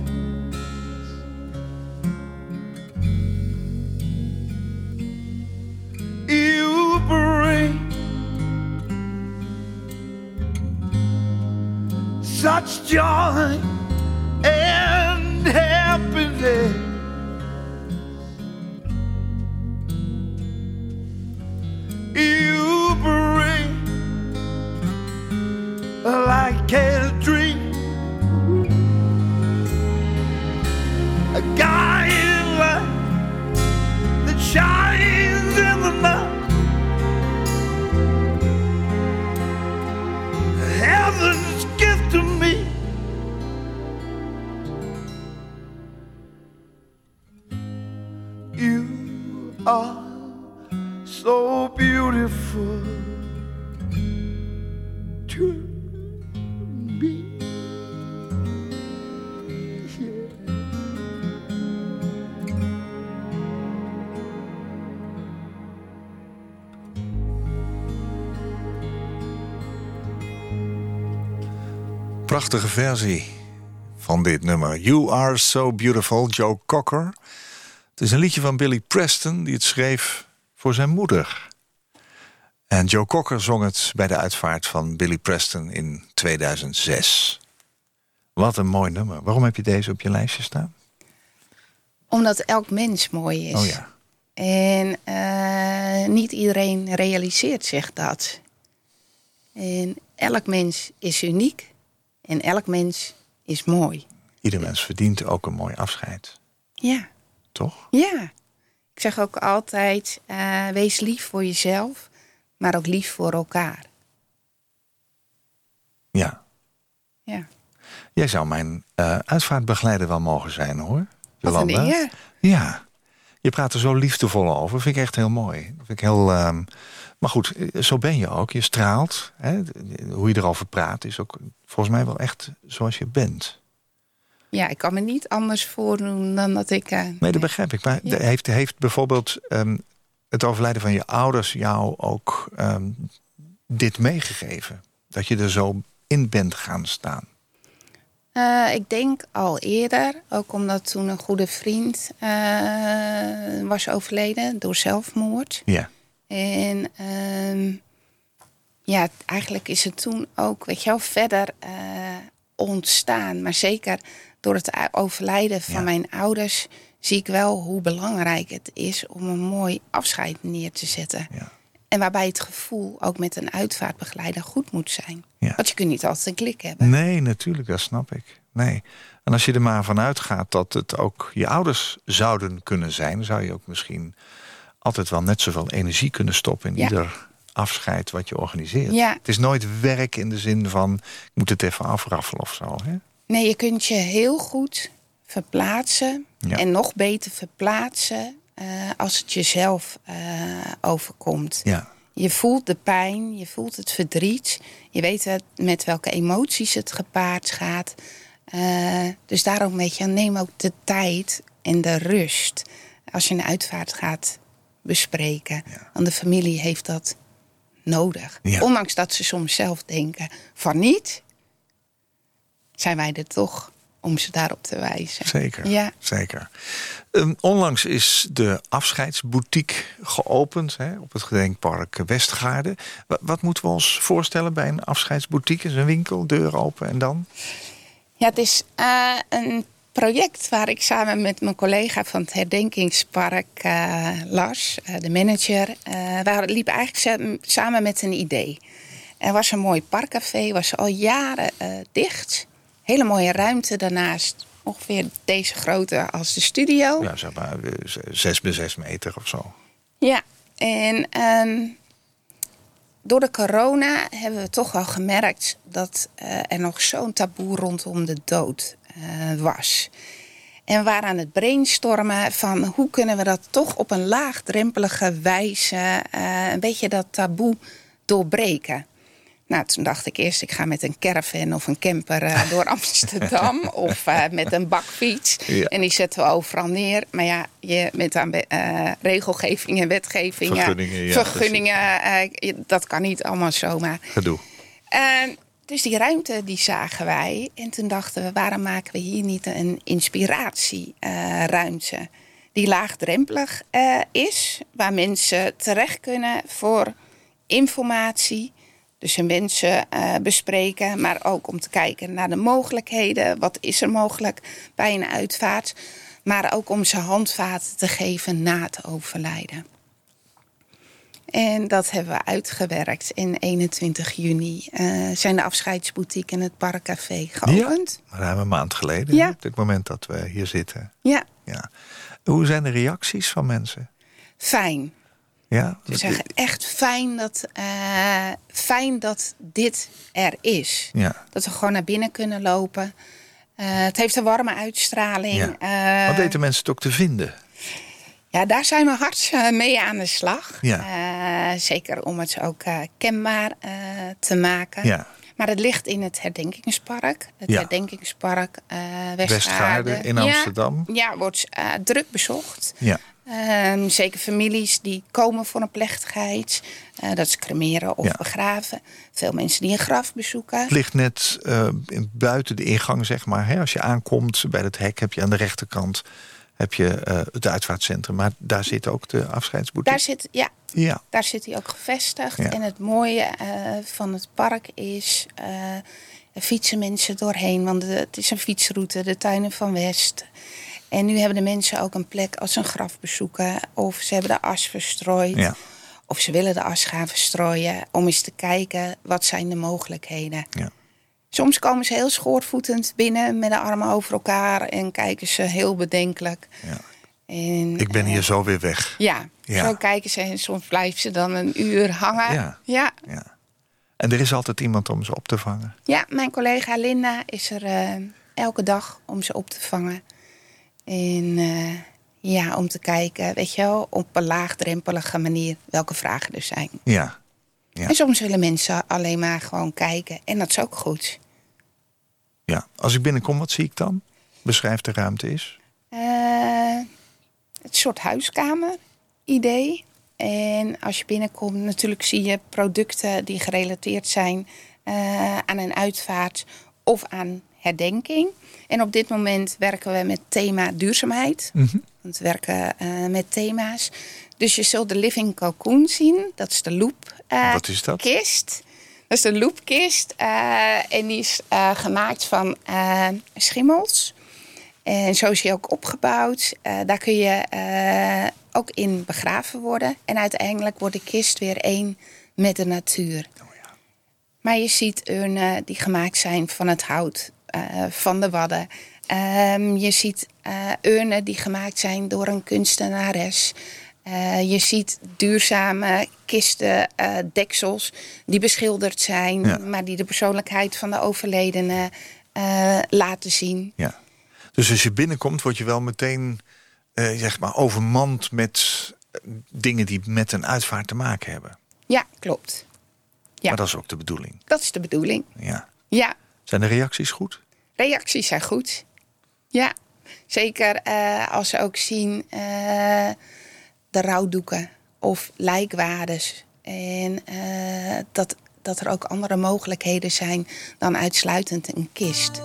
You bring such joy and happiness. You bring like a dream, a guiding light that shines in the night. Heaven's gift to me. You are so beautiful to me. Yeah. Prachtige versie van dit nummer. You Are So Beautiful, Joe Cocker. Het is een liedje van Billy Preston die het schreef voor zijn moeder. En Joe Cocker zong het bij de uitvaart van Billy Preston in tweeduizend zes. Wat een mooi nummer. Waarom heb je deze op je lijstje staan? Omdat elk mens mooi is. Oh ja. En uh, niet iedereen realiseert zich dat. En elk mens is uniek. En elk mens is mooi. Ieder mens verdient ook een mooi afscheid. Ja. Toch? Ja. Ik zeg ook altijd, uh, wees lief voor jezelf, maar ook lief voor elkaar. Ja. Ja. Jij zou mijn uh, uitvaartbegeleider wel mogen zijn, hoor. Wat een eer. Ja. Je praat er zo liefdevol over. Vind ik echt heel mooi. Vind ik heel, um... Maar goed, zo ben je ook. Je straalt. Hè? Hoe je erover praat is ook volgens mij wel echt zoals je bent. Ja, ik kan me niet anders voordoen dan dat ik... Uh, nee, dat begrijp ik. Maar ja. heeft, heeft bijvoorbeeld um, het overlijden van je ouders jou ook um, dit meegegeven? Dat je er zo in bent gaan staan? Uh, ik denk al eerder, ook omdat toen een goede vriend uh, was overleden door zelfmoord. Ja. En uh, ja, eigenlijk is het toen ook, weet je wel, verder uh, ontstaan. Maar zeker door het overlijden van ja. mijn ouders zie ik wel hoe belangrijk het is om een mooi afscheid neer te zetten. Ja. En waarbij het gevoel ook met een uitvaartbegeleider goed moet zijn. Ja. Want je kunt niet altijd een klik hebben. Nee, natuurlijk, dat snap ik. Nee. En als je er maar vanuit gaat dat het ook je ouders zouden kunnen zijn, zou je ook misschien altijd wel net zoveel energie kunnen stoppen in ja. ieder afscheid wat je organiseert. Ja. Het is nooit werk in de zin van, ik moet het even afraffelen of zo. Hè? Nee, je kunt je heel goed verplaatsen. Ja. En nog beter verplaatsen uh, als het jezelf uh, overkomt. Ja. Je voelt de pijn, je voelt het verdriet. Je weet met welke emoties het gepaard gaat. Uh, dus daarom weet je, neem ook de tijd en de rust als je een uitvaart gaat bespreken. Ja. Want de familie heeft dat nodig. Ja. Ondanks dat ze soms zelf denken van niet, zijn wij er toch om ze daarop te wijzen. Zeker, ja. zeker. Um, onlangs is de afscheidsboutique geopend hè, op het gedenkpark Westgaarden. Wat, wat moeten we ons voorstellen bij een afscheidsboutique? Is een winkel, deur open en dan? Ja, het is uh, een project waar ik samen met mijn collega van het herdenkingspark, uh, Lars, uh, de manager, uh, we liepen eigenlijk samen met een idee. Er was een mooi parkcafé, was al jaren uh, dicht. Hele mooie ruimte daarnaast. Ongeveer deze grootte als de studio. Ja, zeg maar zes bij zes meter of zo. Ja, en um, door de corona hebben we toch wel gemerkt dat uh, er nog zo'n taboe rondom de dood uh, was. En we waren aan het brainstormen van hoe kunnen we dat toch op een laagdrempelige wijze uh, een beetje dat taboe doorbreken. Nou, toen dacht ik eerst, ik ga met een caravan of een camper uh, door Amsterdam. of uh, met een bakfiets. Ja. En die zetten we overal neer. Maar ja, je met aan uh, regelgeving en wetgeving. Vergunningen, ja, vergunningen uh, dat kan niet allemaal zomaar. Gedoe. Uh, dus die ruimte, die zagen wij. En toen dachten we, waarom maken we hier niet een inspiratieruimte? Uh, die laagdrempelig uh, is. Waar mensen terecht kunnen voor informatie. Dus hun wensen uh, bespreken, maar ook om te kijken naar de mogelijkheden. Wat is er mogelijk bij een uitvaart? Maar ook om ze handvaten te geven na het overlijden. En dat hebben we uitgewerkt. In eenentwintig juni uh, zijn de afscheidsboutique en het parkcafé geopend. Ja, ruim een maand geleden, ja. Op het moment dat we hier zitten. Ja. Ja. Hoe zijn de reacties van mensen? Fijn. Ja, ze zeggen echt fijn dat, uh, fijn dat dit er is. Ja. Dat we gewoon naar binnen kunnen lopen. Uh, het heeft een warme uitstraling. Ja. Uh, Wat weten mensen het ook te vinden? Ja, daar zijn we hard uh, mee aan de slag. Ja. Uh, zeker om het ook uh, kenbaar uh, te maken. Ja. Maar het ligt in het herdenkingspark. Het ja. herdenkingspark uh, Westgaarden. Westgaarden in Amsterdam. Ja, ja wordt uh, druk bezocht. Ja. Um, zeker families die komen voor een plechtigheid. Uh, dat is cremeren of ja. begraven. Veel mensen die een graf bezoeken. Het ligt net uh, buiten de ingang, zeg maar. Hè? Als je aankomt bij het hek heb je aan de rechterkant heb je uh, het uitvaartcentrum. Maar daar zit ook de afscheidsboutique. Daar zit, ja, ja. daar zit hij ook gevestigd. Ja. En het mooie uh, van het park is, uh, er fietsen mensen doorheen. Want de, het is een fietsroute, de Tuinen van West. En nu hebben de mensen ook een plek als een graf bezoeken. Of ze hebben de as verstrooid. Ja. Of ze willen de as gaan verstrooien. Om eens te kijken, wat zijn de mogelijkheden. Ja. Soms komen ze heel schoorvoetend binnen met de armen over elkaar. En kijken ze heel bedenkelijk. Ja. En, ik ben hier uh, zo weer weg. Ja, ja, zo kijken ze. En soms blijven ze dan een uur hangen. Ja. Ja. Ja. En er is altijd iemand om ze op te vangen. Ja, mijn collega Linda is er uh, elke dag om ze op te vangen. En uh, ja, om te kijken, weet je wel, op een laagdrempelige manier welke vragen er zijn. Ja. Ja. En soms willen mensen alleen maar gewoon kijken. En dat is ook goed. Ja. Als ik binnenkom, wat zie ik dan? Beschrijf de ruimte eens. Uh, het soort huiskamer-idee. En als je binnenkomt, natuurlijk zie je producten die gerelateerd zijn uh, aan een uitvaart of aan herdenking. En op dit moment werken we met thema duurzaamheid. Mm-hmm. Want we werken uh, met thema's. Dus je zult de Living Cocoon zien. Dat is de loop uh, Wat is dat? Kist. Dat is de loopkist. Uh, en die is uh, gemaakt van uh, schimmels. En zo is hij ook opgebouwd. Uh, daar kun je uh, ook in begraven worden. En uiteindelijk wordt de kist weer één met de natuur. Oh ja. Maar je ziet urnen die gemaakt zijn van het hout, uh, van de wadden. Um, je ziet uh, urnen die gemaakt zijn door een kunstenares. Uh, je ziet duurzame kisten, uh, deksels die beschilderd zijn, ja. maar die de persoonlijkheid van de overledene uh, laten zien. Ja. Dus als je binnenkomt, word je wel meteen uh, zeg maar overmand met dingen die met een uitvaart te maken hebben. Ja, klopt. Ja. Maar dat is ook de bedoeling. Dat is de bedoeling. Ja. Ja. Zijn de reacties goed? Reacties zijn goed. Ja. Zeker uh, als ze ook zien uh, de rouwdoeken of lijkwades. En uh, dat, dat er ook andere mogelijkheden zijn dan uitsluitend een kist.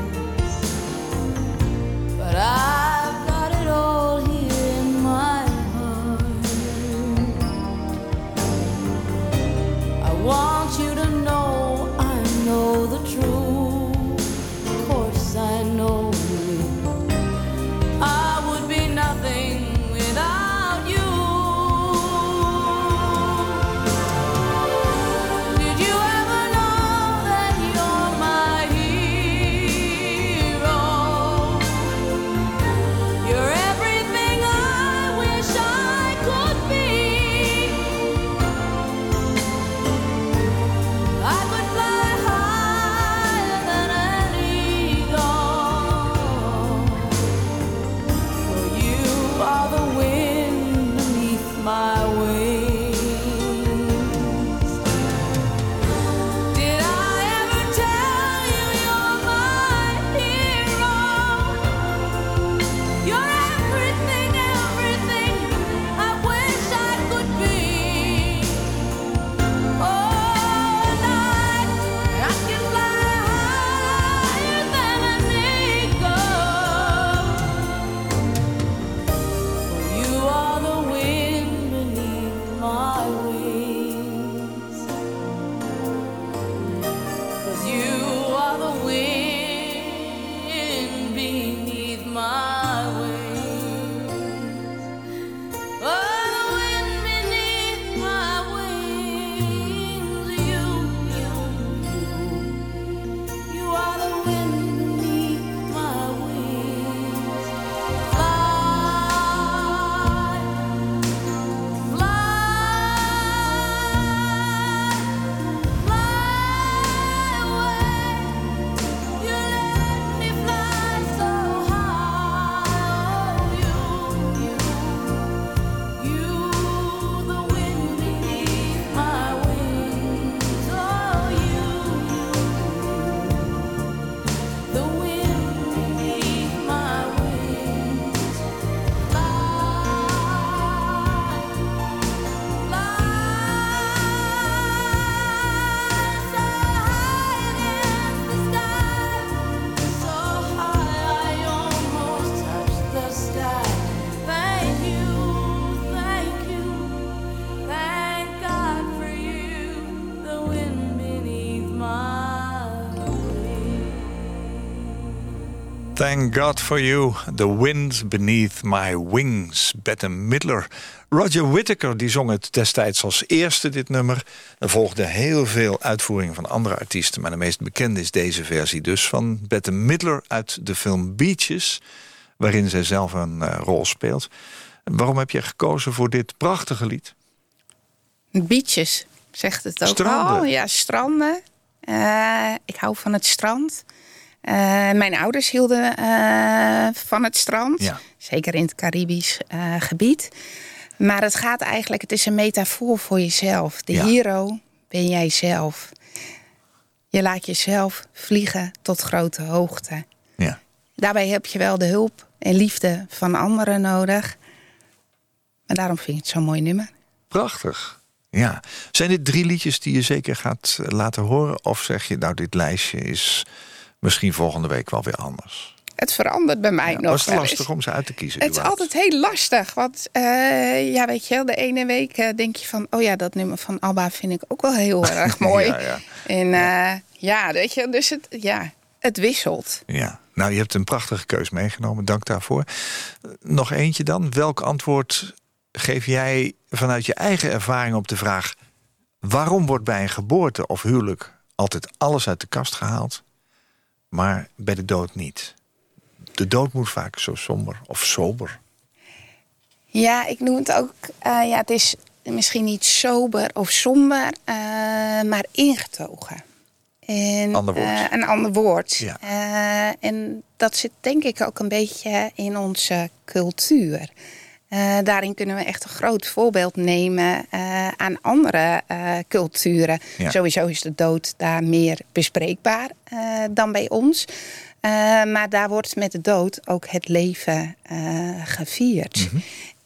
But I've got it all here in my Thank God for you, the wind beneath my wings. Bette Midler. Roger Whittaker die zong het destijds als eerste, dit nummer. Er volgden heel veel uitvoeringen van andere artiesten, maar de meest bekende is deze versie dus van Bette Midler uit de film Beaches, waarin zij zelf een uh, rol speelt. Waarom heb je gekozen voor dit prachtige lied? Beaches, zegt het ook Stranden. al. Ja, stranden. Uh, ik hou van het strand. Uh, mijn ouders hielden uh, van het strand. Ja. Zeker in het Caribisch uh, gebied. Maar het gaat eigenlijk, het is een metafoor voor jezelf. De Ja. hero ben jij zelf. Je laat jezelf vliegen tot grote hoogte. Ja. Daarbij heb je wel de hulp en liefde van anderen nodig. En daarom vind ik het zo'n mooi nummer. Prachtig. Ja. Zijn dit drie liedjes die je zeker gaat laten horen? Of zeg je, nou, dit lijstje is misschien volgende week wel weer anders? Het verandert bij mij Ja, nog was het wel lastig eens. om ze uit te kiezen? Het is überhaupt? altijd heel lastig. Want uh, ja, weet je wel, de ene week uh, denk je van... oh ja, dat nummer van ABBA vind ik ook wel heel erg mooi. Ja, ja. En uh, ja. ja, weet je, dus het, ja, het wisselt. Ja, nou, je hebt een prachtige keus meegenomen. Dank daarvoor. Nog eentje dan. Welk antwoord geef jij vanuit je eigen ervaring op de vraag... waarom wordt bij een geboorte of huwelijk altijd alles uit de kast gehaald... maar bij de dood niet? De dood moet vaak zo somber of sober. Ja, ik noem het ook... Uh, ja, het is misschien niet sober of somber, uh, maar ingetogen. En, Ander woord. Uh, een ander woord. Ja. Uh, en dat zit denk ik ook een beetje in onze cultuur. Uh, daarin kunnen we echt een groot voorbeeld nemen uh, aan andere uh, culturen. Ja. Sowieso is de dood daar meer bespreekbaar uh, dan bij ons. Uh, maar daar wordt met de dood ook het leven uh, gevierd. Mm-hmm.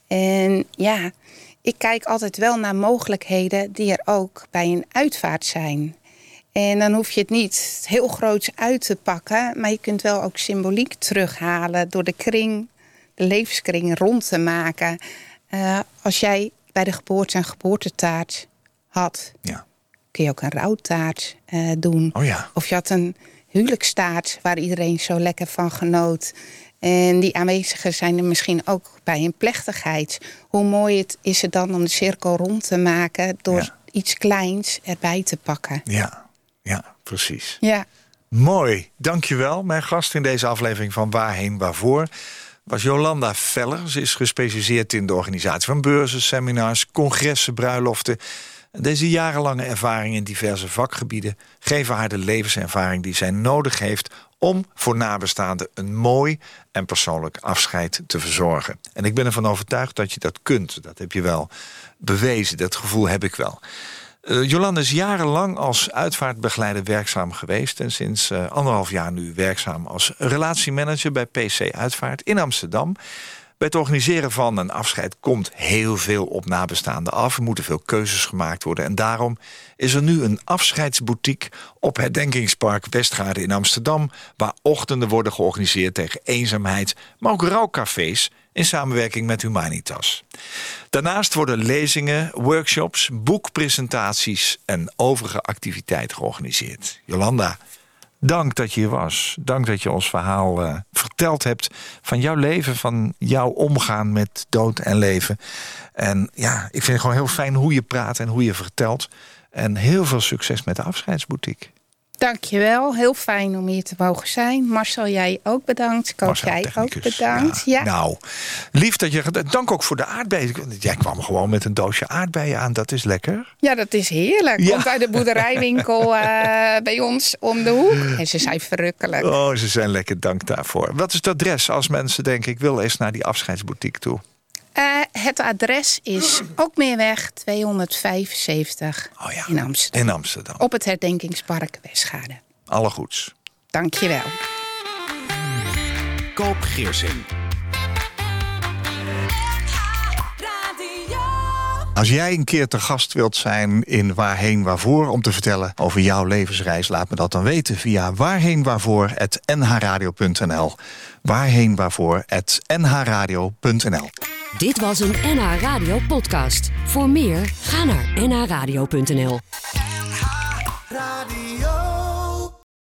En ja, ik kijk altijd wel naar mogelijkheden die er ook bij een uitvaart zijn. En dan hoef je het niet heel groots uit te pakken, maar je kunt wel ook symboliek terughalen door de kring, de levenskring rond te maken. Uh, als jij bij de geboorte een geboortetaart had, Ja. kun je ook een rouwtaart uh, doen. Oh ja. Of je had een huwelijkstaart waar iedereen zo lekker van genoot. En die aanwezigen zijn er misschien ook bij een plechtigheid. Hoe mooi het is het dan om de cirkel rond te maken door Ja. iets kleins erbij te pakken. Ja, ja, precies. Ja. Mooi, dankjewel. Mijn gast in deze aflevering van Waarheen Waarvoor was Jolanda Veller. Ze is gespecialiseerd in de organisatie van beurzen, seminars, congressen, bruiloften. Deze jarenlange ervaring in diverse vakgebieden geven haar de levenservaring die zij nodig heeft om voor nabestaanden een mooi en persoonlijk afscheid te verzorgen. En ik ben ervan overtuigd dat je dat kunt. Dat heb je wel bewezen, dat gevoel heb ik wel. Uh, Jolanda is jarenlang als uitvaartbegeleider werkzaam geweest en sinds uh, anderhalf jaar nu werkzaam als relatiemanager bij P C Uitvaart in Amsterdam. Bij het organiseren van een afscheid komt heel veel op nabestaanden af. Er moeten veel keuzes gemaakt worden. En daarom is er nu een afscheidsboutique op Herdenkingspark Westgaarden in Amsterdam, waar ochtenden worden georganiseerd tegen eenzaamheid, maar ook rouwcafés in samenwerking met Humanitas. Daarnaast worden lezingen, workshops, boekpresentaties en overige activiteiten georganiseerd. Jolanda, dank dat je hier was. Dank dat je ons verhaal uh, verteld hebt van jouw leven, van jouw omgaan met dood en leven. En ja, ik vind het gewoon heel fijn hoe je praat en hoe je vertelt. En heel veel succes met de afscheidsboutique. Dankjewel, heel fijn om hier te mogen zijn. Marcel, jij ook bedankt. Ik hoop Marcel, jij ook technicus. bedankt. Ja. Ja. Nou, lief dat je... Dank ook voor de aardbeien. Jij kwam gewoon met een doosje aardbeien aan. Dat is lekker. Ja, dat is heerlijk. Ja. Komt uit de boerderijwinkel uh, bij ons om de hoek. En ze zijn verrukkelijk. Oh, ze zijn lekker. Dank daarvoor. Wat is het adres als mensen denken, ik wil eens naar die afscheidsboutique toe? Uh, het adres is Ookmeerweg tweehonderdvijfenzeventig Oh ja, in Amsterdam. in Amsterdam. Op het Herdenkingspark Westgaarden. Alle goeds. Dank je wel. Koop Geersing. Als jij een keer te gast wilt zijn in Waarheen Waarvoor om te vertellen over jouw levensreis, laat me dat dan weten via waarheenwaarvoor apenstaartje n h radio punt n l. waarheenwaarvoor apenstaartje n h radio punt n l. Dit was een N H Radio podcast. Voor meer, ga naar n h radio punt n l. Radio.